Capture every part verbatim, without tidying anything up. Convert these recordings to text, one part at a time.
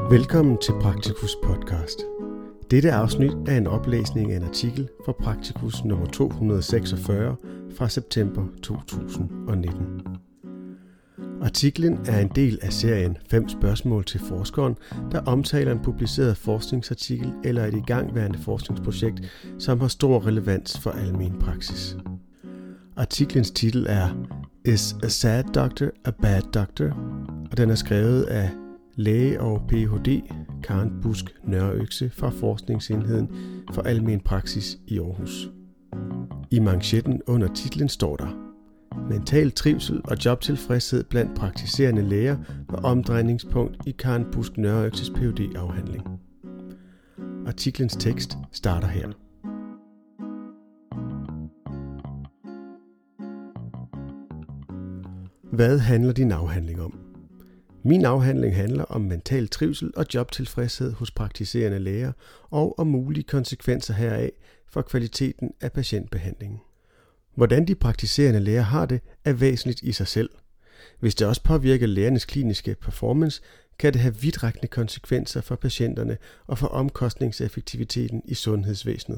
Velkommen til Practicus podcast. Dette afsnit er en oplæsning af en artikel fra Practicus nummer to hundrede seksogfyrre fra september to tusind og nitten. Artiklen er en del af serien fem spørgsmål til forskeren, der omtaler en publiceret forskningsartikel eller et igangværende forskningsprojekt, som har stor relevans for almen praksis. Artiklens titel er Is a sad doctor a bad doctor? Og den er skrevet af læge og P H D Karen Busk Nørreøkse fra Forskningsenheden for Almen Praksis i Aarhus. I manchetten under titlen står der: Mental trivsel og jobtilfredshed blandt praktiserende læger var omdrejningspunkt i Karen Busk Nørreøkses P H D-afhandling. Artiklens tekst starter her. Hvad handler din afhandling om? Min afhandling handler om mental trivsel og jobtilfredshed hos praktiserende læger og om mulige konsekvenser heraf for kvaliteten af patientbehandlingen. Hvordan de praktiserende læger har det, er væsentligt i sig selv. Hvis det også påvirker lægernes kliniske performance, kan det have vidtrækkende konsekvenser for patienterne og for omkostningseffektiviteten i sundhedsvæsenet.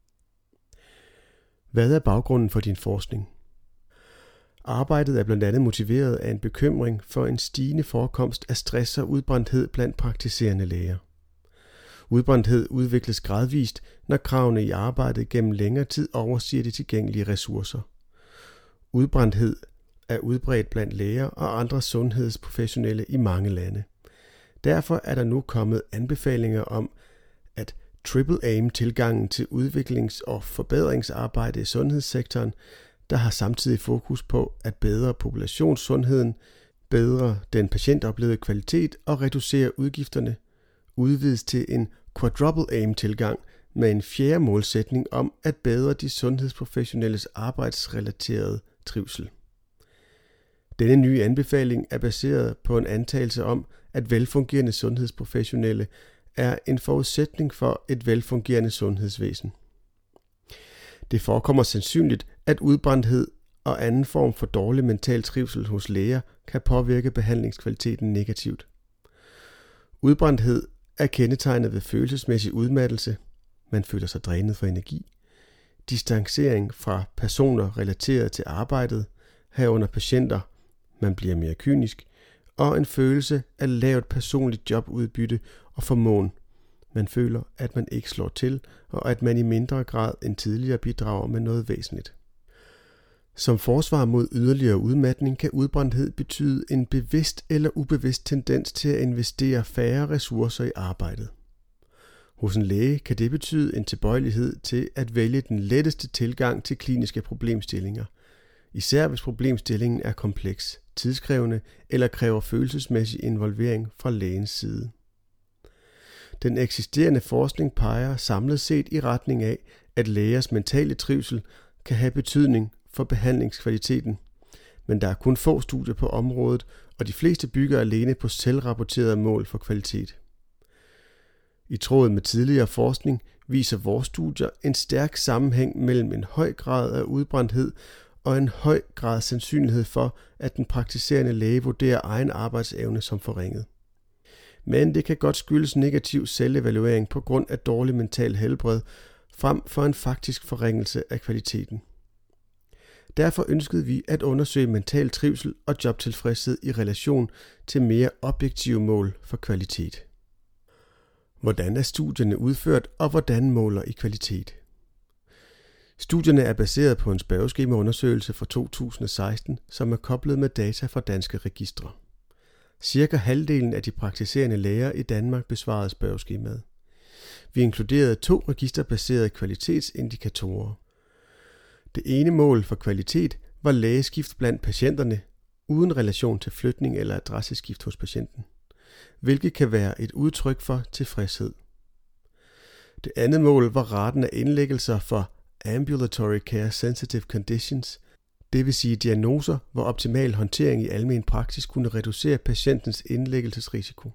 Hvad er baggrunden for din forskning? Arbejdet er blandt andet motiveret af en bekymring for en stigende forekomst af stress og udbrændthed blandt praktiserende læger. Udbrændthed udvikles gradvist, når kravene i arbejdet gennem længere tid overstiger de tilgængelige ressourcer. Udbrændthed er udbredt blandt læger og andre sundhedsprofessionelle i mange lande. Derfor er der nu kommet anbefalinger om, at Triple Aim-tilgangen til udviklings- og forbedringsarbejde i sundhedssektoren, der har samtidig fokus på at bedre populationssundheden, bedre den patientoplevede kvalitet og reducere udgifterne, udvides til en Quadruple Aim-tilgang med en fjerde målsætning om at bedre de sundhedsprofessionelles arbejdsrelaterede trivsel. Denne nye anbefaling er baseret på en antagelse om, at velfungerende sundhedsprofessionelle er en forudsætning for et velfungerende sundhedsvæsen. Det forekommer sandsynligt, at udbrændthed og anden form for dårlig mental trivsel hos læger kan påvirke behandlingskvaliteten negativt. Udbrændthed er kendetegnet ved følelsesmæssig udmattelse, man føler sig drænet for energi, distancering fra personer relateret til arbejdet, herunder patienter, man bliver mere kynisk, og en følelse af lavt personligt jobudbytte og formåen. Man føler, at man ikke slår til, og at man i mindre grad end tidligere bidrager med noget væsentligt. Som forsvar mod yderligere udmatning kan udbrændthed betyde en bevidst eller ubevidst tendens til at investere færre ressourcer i arbejdet. Hos en læge kan det betyde en tilbøjelighed til at vælge den letteste tilgang til kliniske problemstillinger, især hvis problemstillingen er kompleks, tidskrævende eller kræver følelsesmæssig involvering fra lægens side. Den eksisterende forskning peger samlet set i retning af, at lægers mentale trivsel kan have betydning for behandlingskvaliteten, men der er kun få studier på området, og de fleste bygger alene på selvrapporterede mål for kvalitet. I tråd med tidligere forskning viser vores studier en stærk sammenhæng mellem en høj grad af udbrændthed og en høj grad sandsynlighed for, at den praktiserende læge vurderer egen arbejdsevne som forringet. Men det kan godt skyldes negativ selvevaluering på grund af dårlig mental helbred, frem for en faktisk forringelse af kvaliteten. Derfor ønskede vi at undersøge mental trivsel og jobtilfredshed i relation til mere objektive mål for kvalitet. Hvordan er studierne udført, og hvordan måler I kvalitet? Studierne er baseret på en spørgeskemaundersøgelse fra to tusind og seksten, som er koblet med data fra danske registre. Cirka halvdelen af de praktiserende læger i Danmark besvarede spørgeskemaet. Vi inkluderede to registerbaserede kvalitetsindikatorer. Det ene mål for kvalitet var lægeskift blandt patienterne, uden relation til flytning eller adresseskift hos patienten, hvilket kan være et udtryk for tilfredshed. Det andet mål var raten af indlæggelser for ambulatory care sensitive conditions, det vil sige diagnoser, hvor optimal håndtering i almen praksis kunne reducere patientens indlæggelsesrisiko.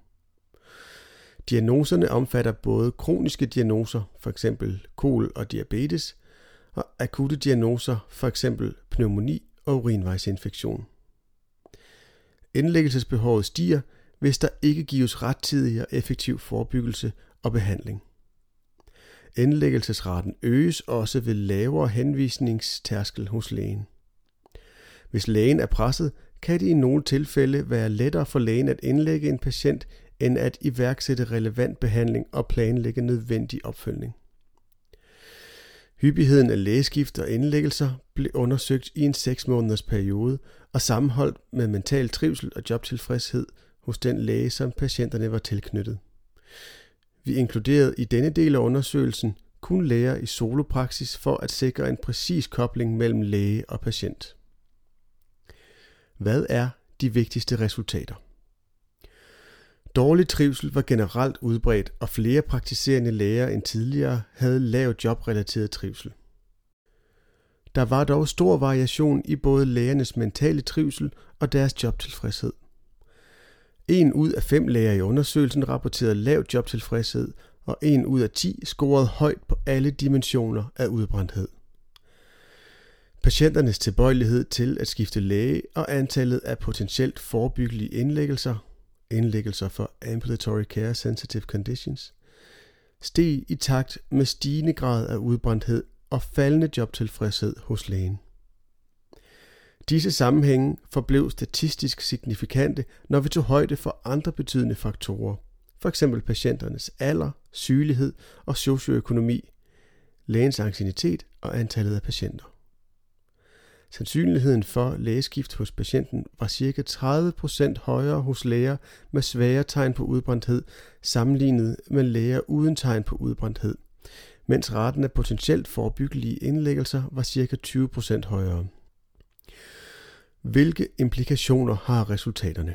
Diagnoserne omfatter både kroniske diagnoser, f.eks. kol og diabetes, og akutte diagnoser, f.eks. pneumoni og urinvejsinfektion. Indlæggelsesbehovet stiger, hvis der ikke gives rettidig og effektiv forebyggelse og behandling. Indlæggelsesraten øges også ved lavere henvisningstærskel hos lægen. Hvis lægen er presset, kan det i nogle tilfælde være lettere for lægen at indlægge en patient, end at iværksætte relevant behandling og planlægge nødvendig opfølgning. Hyppigheden af lægeskift og indlæggelser blev undersøgt i en seks måneders periode og sammenholdt med mental trivsel og jobtilfredshed hos den læge, som patienterne var tilknyttet. Vi inkluderede i denne del af undersøgelsen kun læger i solopraksis for at sikre en præcis kobling mellem læge og patient. Hvad er de vigtigste resultater? Dårlig trivsel var generelt udbredt, og flere praktiserende læger end tidligere havde lav jobrelateret trivsel. Der var dog stor variation i både lægernes mentale trivsel og deres jobtilfredshed. En ud af fem læger i undersøgelsen rapporterede lav jobtilfredshed, og en ud af ti scorede højt på alle dimensioner af udbrændthed. Patienternes tilbøjelighed til at skifte læge og antallet af potentielt forebyggelige indlæggelser, indlæggelser for ambulatory care sensitive conditions, steg i takt med stigende grad af udbrændthed og faldende jobtilfredshed hos lægen. Disse sammenhænge forblev statistisk signifikante, når vi tog højde for andre betydende faktorer, f.eks. patienternes alder, sygelighed og socioøkonomi, lægens anciennitet og antallet af patienter. Sandsynligheden for lægeskift hos patienten var ca. tredive procent højere hos læger med svære tegn på udbrændthed sammenlignet med læger uden tegn på udbrændthed, mens raten af potentielt forebyggelige indlæggelser var ca. tyve procent højere. Hvilke implikationer har resultaterne?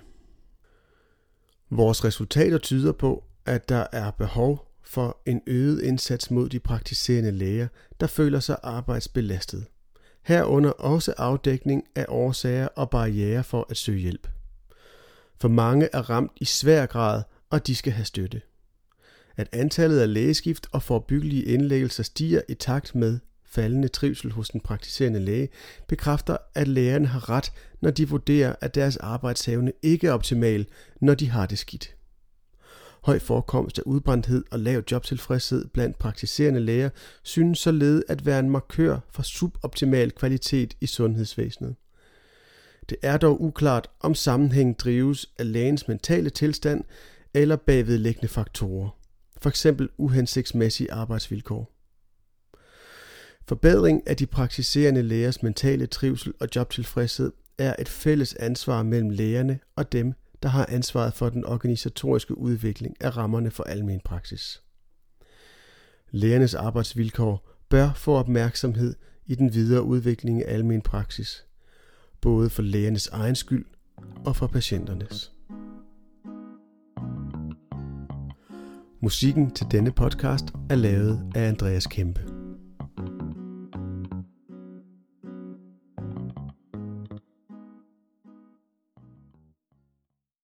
Vores resultater tyder på, at der er behov for en øget indsats mod de praktiserende læger, der føler sig arbejdsbelastet. Herunder også afdækning af årsager og barrierer for at søge hjælp. For mange er ramt i svær grad, og de skal have støtte. At antallet af lægeskift og forebyggelige indlæggelser stiger i takt med faldende trivsel hos den praktiserende læge, bekræfter, at lægerne har ret, når de vurderer, at deres arbejdsevne ikke er optimal, når de har det skidt. Høj forekomst af udbrændthed og lav jobtilfredshed blandt praktiserende læger synes således at være en markør for suboptimal kvalitet i sundhedsvæsenet. Det er dog uklart, om sammenhængen drives af lægens mentale tilstand eller bagvedliggende faktorer, f.eks. uhensigtsmæssige arbejdsvilkår. Forbedring af de praktiserende lægers mentale trivsel og jobtilfredshed er et fælles ansvar mellem lægerne og dem, der har ansvaret for den organisatoriske udvikling af rammerne for almen praksis. Lægernes arbejdsvilkår bør få opmærksomhed i den videre udvikling af almen praksis, både for lægernes egen skyld og for patienternes. Musikken til denne podcast er lavet af Andreas Kæmpe.